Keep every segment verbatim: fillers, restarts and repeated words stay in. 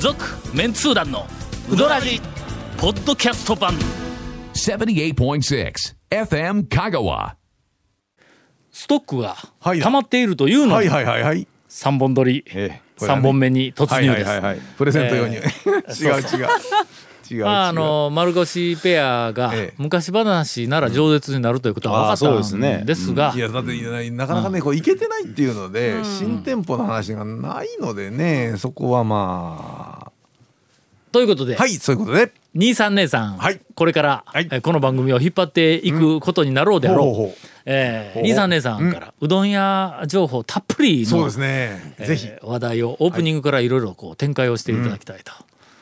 続メンツー団のウドラジポッドキャスト版ななじゅうはちてんろく エフエム 香川。 ストックがはい溜まっているというのにはいはいはいはいさんぼん撮り、 ええさんぼんめに突入です。 はいはいはいはいプレゼント用に、 え違う違う違う違う、 まああの丸腰ペアがええ昔話なら饒舌になるということは分かったんですが、 いやだってなかなかねこういけてないっていうので、新店舗の話がないのでね、そこはまあということで、 はいそういうことで兄さん姉さん、 はいこれから、 はいえこの番組を引っ張っていくことになろうであろう、 ほうほうほうえーほう兄さん姉さんからうどん屋情報たっぷりの、 そうですね、 えーぜひ話題をオープニングからいろいろこう展開をしていただきたいと、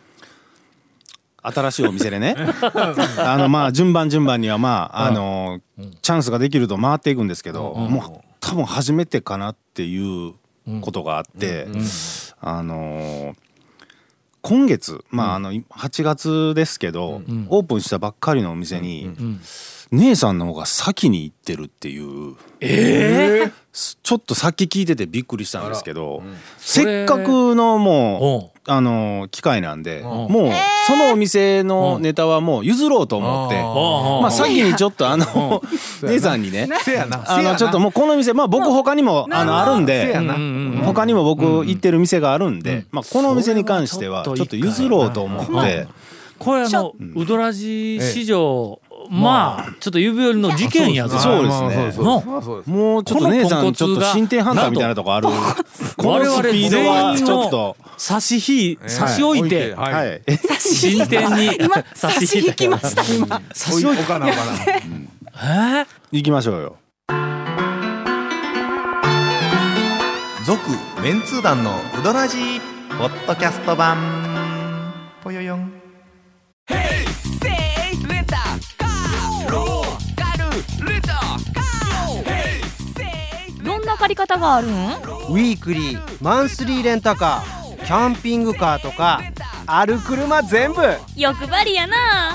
新しいお店でねあのまあ順番順番にはまああのチャンスができると回っていくんですけど、もう多分初めてかなっていうことがあって、あの今月まああのはちがつですけど、オープンしたばっかりのお店に姉さんの方が先に行ってるっていう、 えーちょっとさっき聞いててびっくりしたんですけど、せっかくのもうあの機会なんで、もうそのお店のネタはもう譲ろうと思って、まあ先にちょっとあの姉さんにね、 せやなあのちょっともうこの店まあ僕他にもあのあるんで、他にも僕行ってる店があるんで、まあこのお店に関してはちょっと譲ろうと思って、 これあのうどらじ史上、まあちょっと指折りの事件やぞ。 そうですね。 のもうちょっと姉さんちょっと進展判断みたいなとこある。このスピードはちょっと差し引差し置いて、 はいはい。 進展に今差し引きました今。 差し置いて、 おかなおかなえー行きましょうよ。 続メンツー団のウドラジーポッドキャスト版ぽよよん。 どんな借り方があるん？ ウィークリーマンスリーレンタカー、キャンピングカーとかある車全部。 欲張りやな。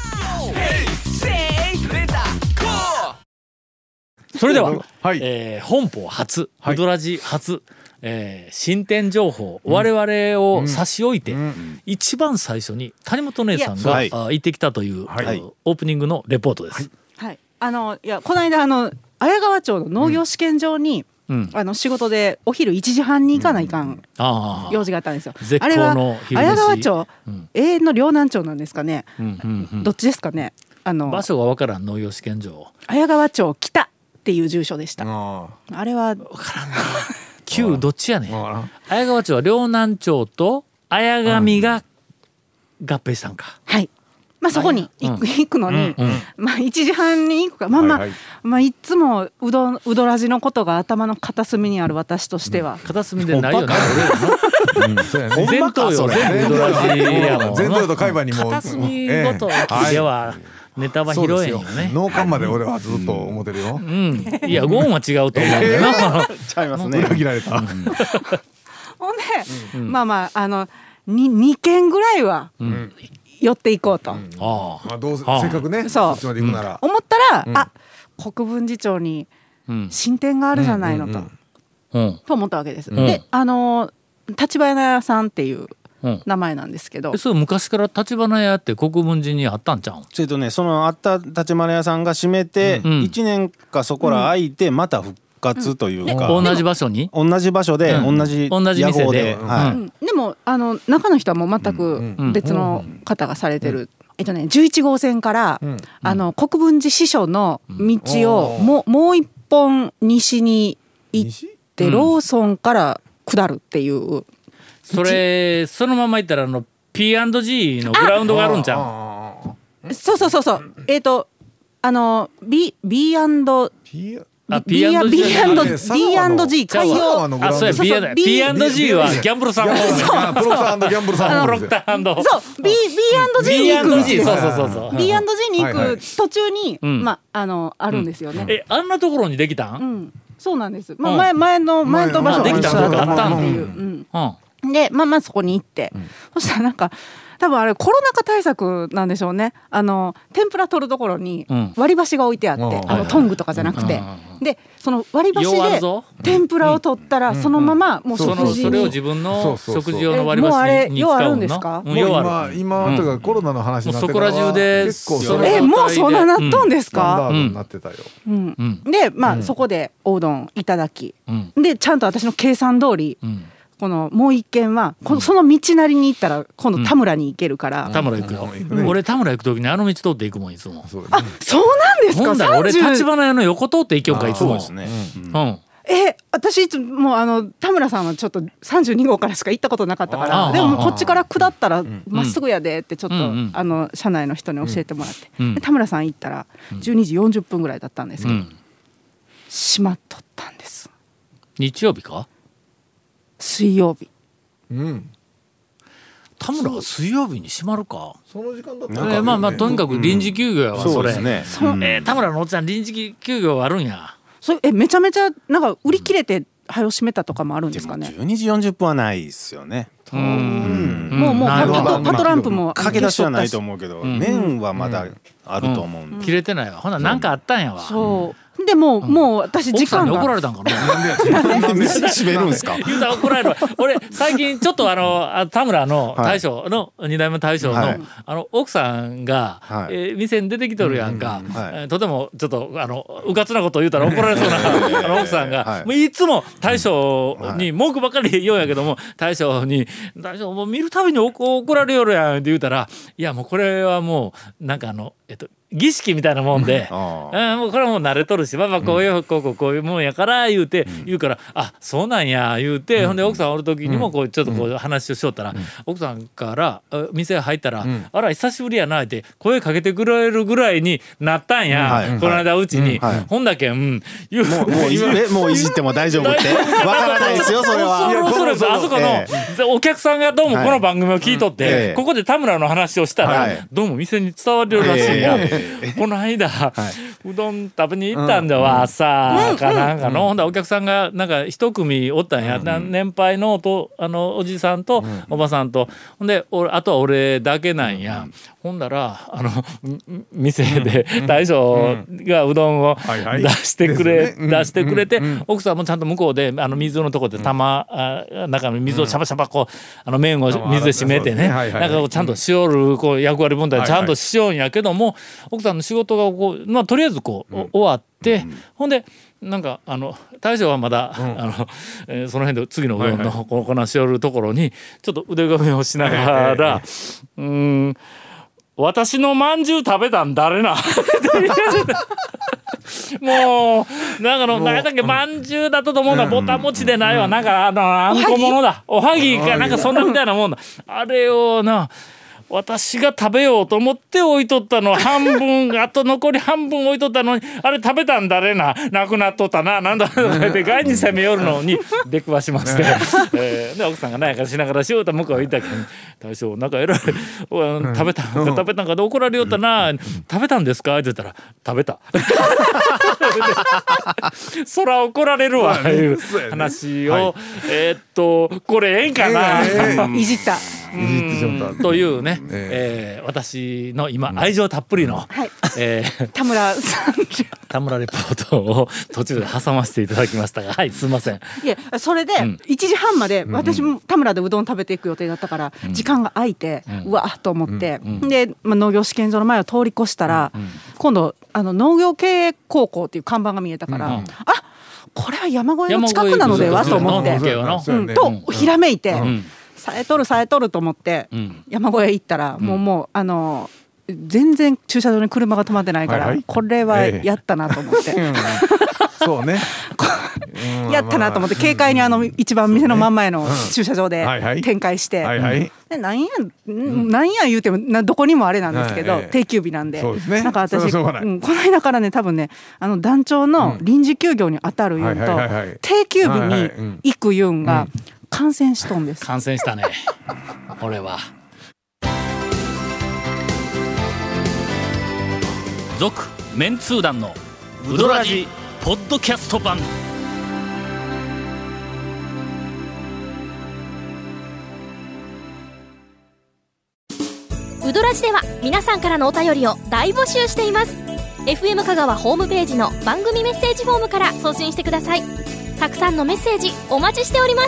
それでは、 はいえー本邦初、 はいうどらじ初、えー新店情報、我々を差し置いて、一番最初に谷本姉さんが、 いやあ行ってきたという、 はいオープニングのレポートです。 はい、あのいやこの間あの綾川町の農業試験場に、 うん、 あの仕事でお昼いちじはんに行かないかんああ用事があったんですよ。 絶好あれはの昼飯綾川町、 うん永遠の両南町なんですかね、 うんうんうん、 どっちですかね。あの場所がわからん農業試験場、 綾川町北っていう住所でした。 ああれは旧どっちやねん。 あ綾川町は両南町と綾上が合併したんか。 はい、まあそこに行く,、行くのに、 うんうんまあいちじはんに行くかまあまあ、 はいはいまあいつもうどんうどらじのことが頭の片隅にある私としては、 片隅でないよね。 うんそうやね俺らの全頭よ全部うどらじやもん。 全頭と海馬にも片隅ごとではネタは広いんよね。 農家まで俺はずっと思ってるよ、 うん、いやゴンは違うと思うんだよな。 ちゃいますね。 裏切られた、 ほんで、まあまああのにに軒ぐらいは寄っていこうと、 あまあ、どうせはあせっかくねそうそっちまで行くなら、 思ったら、 うんあ国分寺町にうん新店があるじゃないのと、 うんうんと思ったわけです。 んであの立花屋さんっていううん。 名前なんですけどえ、それ昔から立花屋って国分寺にあったんちゃうん？ それとね、そのあった立花屋さんが閉めてうんいちねんかそこら空いてまた復活というか、 同じ場所に？ 同じ場所でうん同じ同じ店で屋号で、 うんはいうんでもあの中の人はもう全く別の方がされてる、えっとねじゅういち号線から、 んあの国分寺支所の道をもうもう一本西に行っ西て、 うんローソンから下るっていう、 それそのまま行ったらあの ピーアンドジー のグラウンドがあるんちゃう？ ああそうそうそうそうえっ、とあの B B アンドピあ B ビーアンド P&G G 海洋佐川のグラウンドあ、そうや、 そうそうピーアンド B- ピーアンドジー はギャンブルさんもプロクターギャンブルさんプロクターそう B B アンド G に行くビーアンドジー道そうそうそうそう。 B アンド G に行はいはいく途中に、 うんまああのあるんですよね。 え、あんなところにできた？ うんん、そうなんです。まあうん前前の前と場所ができた一緒だったとこあったんっていう。 うん。 うん、でまあまあそこに行って、そしたらなんか多分あれコロナ禍対策なんでしょうね。あの天ぷら取るところにうん割り箸が置いてあって、 うんあのトングとかじゃなくて、 でその割り箸で天ぷらを取ったらそのままもう食事に、 それを自分の食事用の割り箸に使うの。 もうあれ用あるんですか？ もう今今とかコロナの話になってからそこら中で結構それえもうそんななっとんですスタンダか？ ードになってたよ。 うんうん、でまあそこでおうどんいただき、でちゃんと私の計算通り、このもう一軒はこのその道なりに行ったら今度田村に行けるから、 田村行くよ、俺田村行く時にあの道通って行くもんいつも。 あそうなんですか？ ほんだら俺立花屋の横通って行きよんかいつも。 そうですね、 うんえ私いつもあの田村さんはちょっとさんじゅうにごうからしか行ったことなかったからでもこっちから下ったらまっすぐやでってちょっと、うん、あの社内の人に教えてもらって、うん、で田村さん行ったらじゅうにじよんじゅっぷんぐらいだったんですけど、うん、閉まっとったんです。 日曜日か水曜日、 うん、 田村は水曜日に閉まるか。 その時間だったら、ね、まあまあとにかく臨時休業やわ、うん、それ。そうですね。 うんえー、田村のおっちゃん臨時休業あるんや。 それえめちゃめちゃなんか売り切れて早閉めたとかもあるんですかね。 じゅうにじよんじゅっぷんはないですよね。 うんうんもうもうパト、パトランプも駆け出しはないと思うけど、麺はまだあると思うんで、 うん、切れてないわ。ほな何かあったんやわ。 そうでも、うん、もう私時間が奥さんに怒られたんかな。 なんで店閉めるんですか。 言うたら怒られる。俺最近ちょっとあの田村の大将の二代目大将の、はい、あの奥さんが、はいえー、店に出てきとるやんか、うんはい、とてもちょっとあのうかつなことを言うたら怒られそうなあの奥さんが、はい、もういつも大将に文句ばかり言うんやけども、大将に大将もう見るたびに怒られよるやんって言うたら、いやもうこれはもうなんかあのえっと儀式みたいなもんで、うん、もうこれはもう慣れとるし、まあまあこういうこうこうこういうもんやから言うて、うん、言うからあそうなんや言うて、うん、ほんで奥さんおる時にもこうちょっとこう話をしよったら、うん、奥さんから店入ったら、うん、あら久しぶりやなって声かけてくれるぐらいになったんや、うん、この間うちに、はい、ほんだけん言うもうもういじもういじっても大丈夫ってわからないですよそれは。 それそれあそこの、えー、お客さんがどうもこの番組を聞いとって、はいえー、ここで田村の話をしたら、はい、どうも店に伝わるらしいんや、えーこの間、はい、うどん食べに行ったんだわ、うん、朝かなんかの、うん、ほんだお客さんがなんか一組おったんや、うん、年配のとあのおじさんとおばさんと、ほんで俺あとは俺だけなんや、うん、ほんだらあの店で大将がうどんを出してくれ、うん、出してくれて、うん、奥さんもちゃんと向こうであの水のとこで玉、うん、中の水をシャバシャバこうあの麺を水で締めてね、なんかちゃんとしおるこう役割分担ちゃんとしようんやけども、奥さんの仕事がこう、まあ、とりあえずこう、うん、終わって、うん、ほんでなんかあの大将はまだ、うんあのえー、その辺で次のうどんのここなしおるところにちょっと腕組みをしながら、はい、うーん私のまんじゅう食べたん誰なもうなんかの何だっけまんじゅうだったと思うのはぼたもちでないわ、なんかあのあんこものだおはぎかなんかそんなみたいなもんだあれをな私が食べようと思って置いとったの半分あと残り半分置いとったのにあれ食べたん誰ななくなっとったななんだって外に攻めよるのに出くわしまして、えー、で奥さんが何やかしながらしようと向こう言ったけど大将なんかえらい食べたんか食べたんかで怒られよったな食べたんですかって言ったら食べたそら怒られるわいう話を、はい、えー、っとこれええんかな、 えー、いじったうんというね、えー、私の今愛情たっぷりの、うんえー、 田村さん田村レポートを途中で挟ませていただきましたが、はいすいません。 いやそれでいちじはんまで私も田村でうどん食べていく予定だったから時間が空いて、うん、うわっと思って、うん、で、まあ、農業試験場の前を通り越したら、うん、今度あの農業経営高校っていう看板が見えたから、うん、あこれは山越えの近くなのではと思って、うん、とひらめいて、うんさえとるさえとると思って、うん、山越え行ったら、うん、もうもうあの全然駐車場に車が止まってないから、はいはい、これはやったなと思って、えー、そうねやったなと思って軽快にあの一番店の真ん前の駐車場で展開して、 はいはい、 でなんや、うん、なんや言うてもなどこにもあれなんですけど、はい、定休日なんで、 そうですね、 なんか私、うん、この間からね多分ねあの団長の臨時休業に当たる言うんと、定休日に行く言うんが、うん感染しとんです。 感染したね俺は。続メンツー団のウドラジポッドキャスト版。 ウドラジでは皆さんからのお便りを大募集しています。 エフエム 香川ホームページの番組メッセージフォームから送信してください。たくさんのメッセージお待ちしております。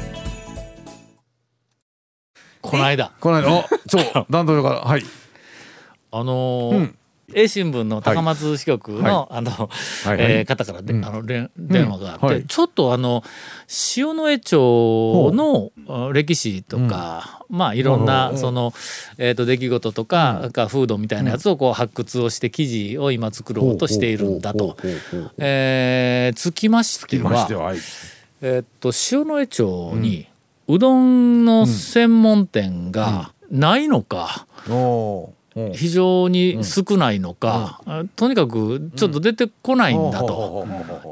この間この間おそう弾道からはいあのーうん、A 新聞の高松支局の、はい、あの、はいはいえー、方からで、うん、あの電話があって、うんはい、ちょっとあの塩江町の歴史とか、うん、まあいろんなその、えー、と出来事とか、うん、風土みたいなやつをこう発掘をして記事を今作ろうとしているんだと。えー、つきましては、はい、えー、と塩江町にうどんの専門店がないのか、うん、非常に少ないのか、うん、とにかくちょっと出てこないんだと、うん、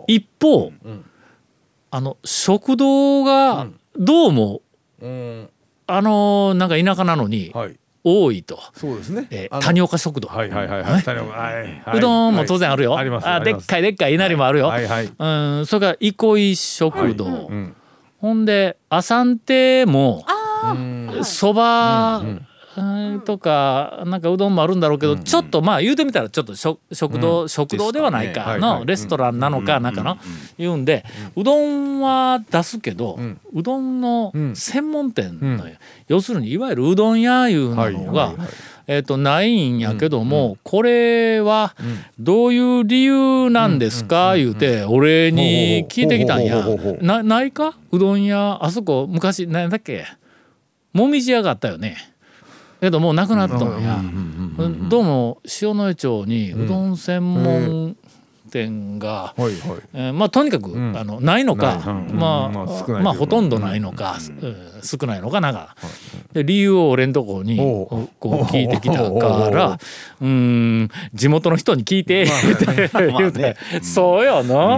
一方、うん、あの食堂がどうも、うん、あのなんか田舎なのに多いと、はい、そうですね、えー、谷岡食堂、はいはいはいはい、谷岡、はいはい、うどんも当然あるよ、はい、あでっかいでっかい稲荷もあるよ、はいはいはい、うん、それから憩い食堂、はい、うん、ほんでアサンテもそば、うんうんとかなんかうどんもあるんだろうけど、うんうん、ちょっとまあ言うてみたらちょっと 食, 食堂、うん、食堂ではないかのレストランなのかなんかの言うんで、うどんは出すけど、うん、うどんの専門店の、うん、要するにいわゆるうどん屋いうのが、はいはいはい、えー、とないんやけども、うんうん、これはどういう理由なんですか言うて俺に聞いてきたんや。な、ないかうどん屋あそこ昔何だっけもみじ屋があったよね。けどもうなくなったんや。どうも塩江町にうどん専門店が、うん、えー、まあとにかく、うん、あのないのか、ない、まあ、まあ、まあほとんどないのか、うん、少ないのかなんか、で理由を俺んとこにこう聞いてきたからうーん地元の人に聞いてって言うて、そうよな、うん、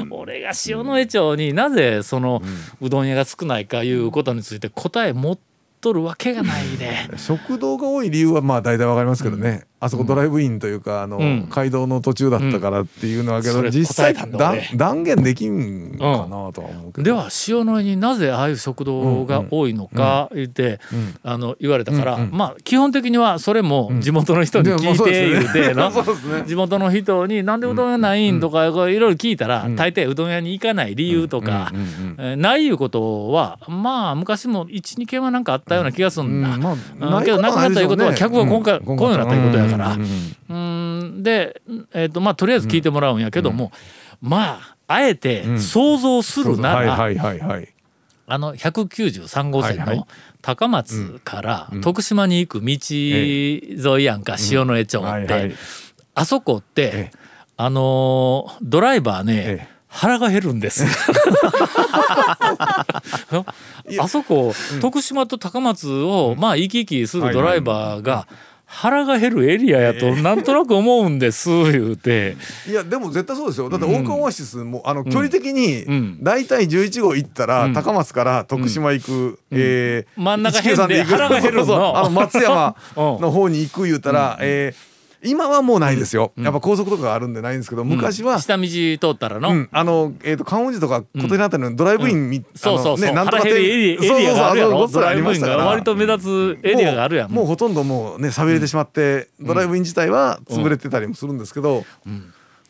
俺が塩江町になぜそのうどん屋が少ないかいうことについて答え持って取るわけがないで食堂が多い理由はまあ大体わかりますけどね、うん、あそこドライブインというかあの、うん、街道の途中だったからっていうのはけど、うん、実際断言できんかなとは思うけど、 うん、では塩江になぜああいう食堂が多いのか言って、うんうん、あの言われたから、うんうん、まあ基本的にはそれも地元の人に聞いて言うての、うんね、地元の人になんでうどん屋ないんとかいろいろ聞いたら、うん、大抵うどん屋に行かない理由とか、うんうんうんうん、ないいうことはまあ昔も いちにけんはなんかあったような気がするんだ、うん、まあ、けどなくなったいうことは客が今回来ようになったいうことやから、うんで、えーとまあ、とりあえず聞いてもらうんやけども、うん、まああえて想像するならあのひゃくきゅうじゅうさんごうせんの高松から徳島に行く道沿いやんか、塩江町って、あそこって、あのー、ドライバーね、腹が減るんですあそこ、うん、徳島と高松を、まあ行き来するドライバーが腹が減るエリアやとなんとなく思うんです言うて、 いやでも絶対そうですよ。だって大川オアシスもあの距離的にだいたいじゅういちごう行ったら高松から徳島行く、うん、えー、 真ん中辺で腹が減るのあの松山の方に行く言うたら、うん、えー今はもうないですよ、うん、やっぱ高速とかがあるんでないんですけど、昔は、 うん、下道通ったらの、 うん、あの、えーと、観音寺とか小手のあたりのドライブイン、うん、 そうそうそう、なんとかエリアがあるやろ、ドライブインが割と目立つエリアがあるやん。 もう、もうほとんどもうね寂れてしまって、うん、ドライブイン自体は潰れてたりもするんですけど、うんうん、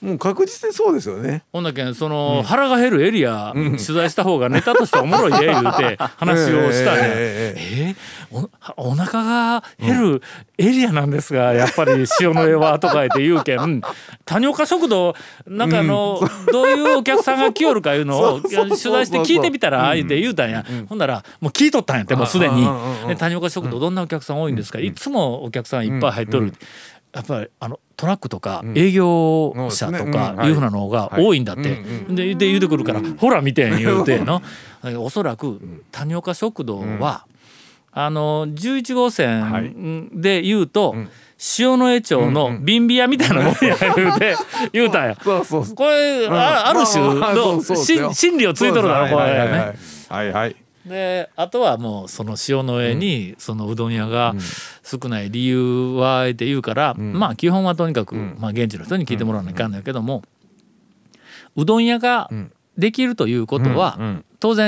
もう確実にそうですよね。 ほんだけんその、うん、腹が減るエリア、うん、取材した方がネタとしておもろいで言うて話をしたね。えー、えー、お, お腹が減るエリアなんですが、うん、やっぱり塩江はとか言って言うけん谷岡食堂なんかあの、うん、どういうお客さんが来よるかいうのを取材して聞いてみたら言うて言うたんや、うん、ほんならもう聞いとったんやってもうすでに、で谷岡食堂どんなお客さん多いんですか、いつもお客さんいっぱい入っとる、やっぱりあのトラックとか営業者とかいうふうなのが多いんだって、でで言うてくるから、ほら見てん言うてのおそらく谷岡食堂はあのじゅういちごうせんで言うと塩江町の瓶ビアみたいなもんや言うて言うたんや。これある種の心理をついとるだろこれね。はいはい。であとはもうその塩江にそのうどん屋が少ない理由はって言うから、まあ基本はとにかくまあ現地の人に聞いてもらわないかんだけども、うどん屋ができるということは当然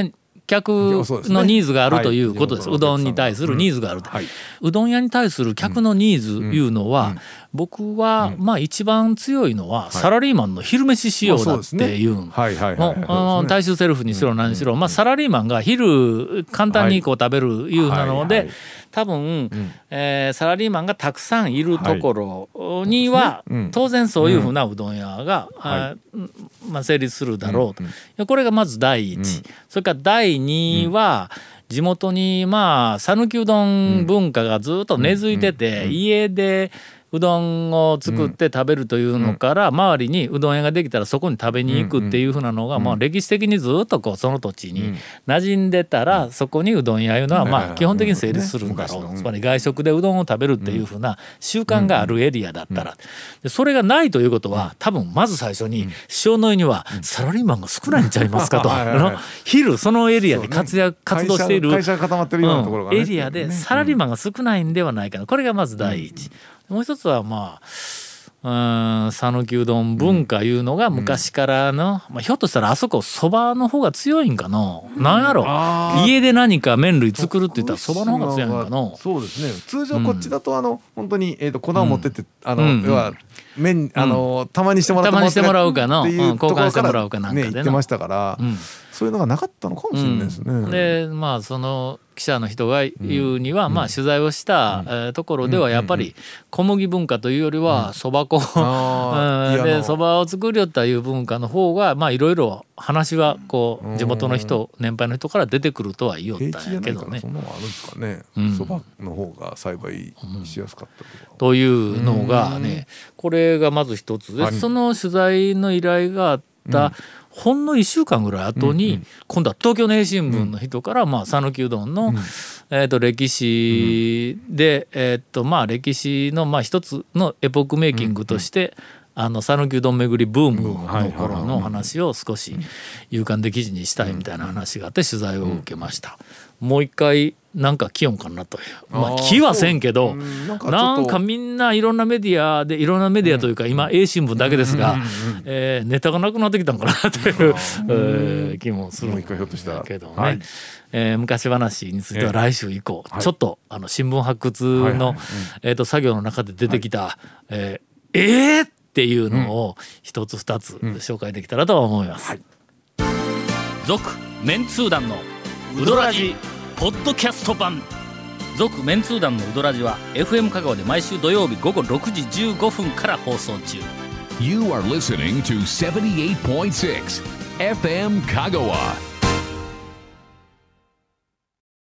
客のニーズがあるということです。うどんに対するニーズがあると、うどん屋に対する客のニーズいうのは、僕はまあ一番強いのはサラリーマンの昼飯仕様だっていう、大衆セルフにしろ何しろ、まあサラリーマンが昼簡単にこう食べるいうなので、多分、えー、サラリーマンがたくさんいるところには、当然そういうふうなうどん屋が、まあ、成立するだろうと、これがまず第一、それから第二は、地元にまあ讃岐うどん文化がずっと根付いてて、家でうどんを作って食べるというのから、周りにうどん屋ができたらそこに食べに行くっていうふうなのが、まあ歴史的にずっとこうその土地に馴染んでたら、そこにうどん屋いうのはまあ基本的に成立するんだろう。つまり外食でうどんを食べるっていうふうな習慣があるエリアだったら、でそれがないということは、多分まず最初に塩の湯にはサラリーマンが少ないんちゃいますかと、昼そのエリアで活躍活動しているエリアでサラリーマンが少ないんではないかな。これがまず第一。もう一つはまあ讃岐うどん文化いうのが昔からの、まあ、ひょっとしたらあそこそばの方が強いんかな、なんやろ、家で何か麺類作るって言ったらそばの方が強いんかな。 そうですね、通常こっちだとあの本当にえと粉を持ってってあの要は麺あのたまにしてもらたまにしてもらうかの交換してもらうかなんかで言ってましたから、そういうのがなかったのかもしれないですね。 でまあその記者の人が言うには、まあ取材をしたところではやっぱり小麦文化というよりはそば粉でそばを作りよったいう文化の方がまあいろいろ話はこう地元の人年配の人から出てくるとは言おったんやけどね。 そんなのあるんですかね。そばの方が栽培しやすかったとか。 というのがね、これがまず一つで、その取材の依頼があったほんのいっしゅうかんぐらい後に、今度は東京の英新聞の人からまあ讃岐うどんのえーと歴史でえとまあ歴史のまあ一つのエポックメイキングとしてあの讃岐うどん巡りブームの頃の話を少し夕刊で記事にしたいみたいな話があって取材を受けました。もう一回なんか来よんかなという、まあ来はせんけど、なんかみんないろんなメディアでいろんなメディアというか今英新聞だけですが、えネタがなくなってきたんかなという気もするんだけどね。えー、昔話については来週以降、ちょっとあの新聞発掘のえと作業の中で出てきたええっていうのを一つ二つ紹介できたらと思います。続メンツー団のウドラジポッドキャスト版。続メンツー団のウドラジは エフエム 香川で毎週土曜日午後ろくじじゅうごふんから放送中。 You are listening to seventy-eight point six エフエム 香川。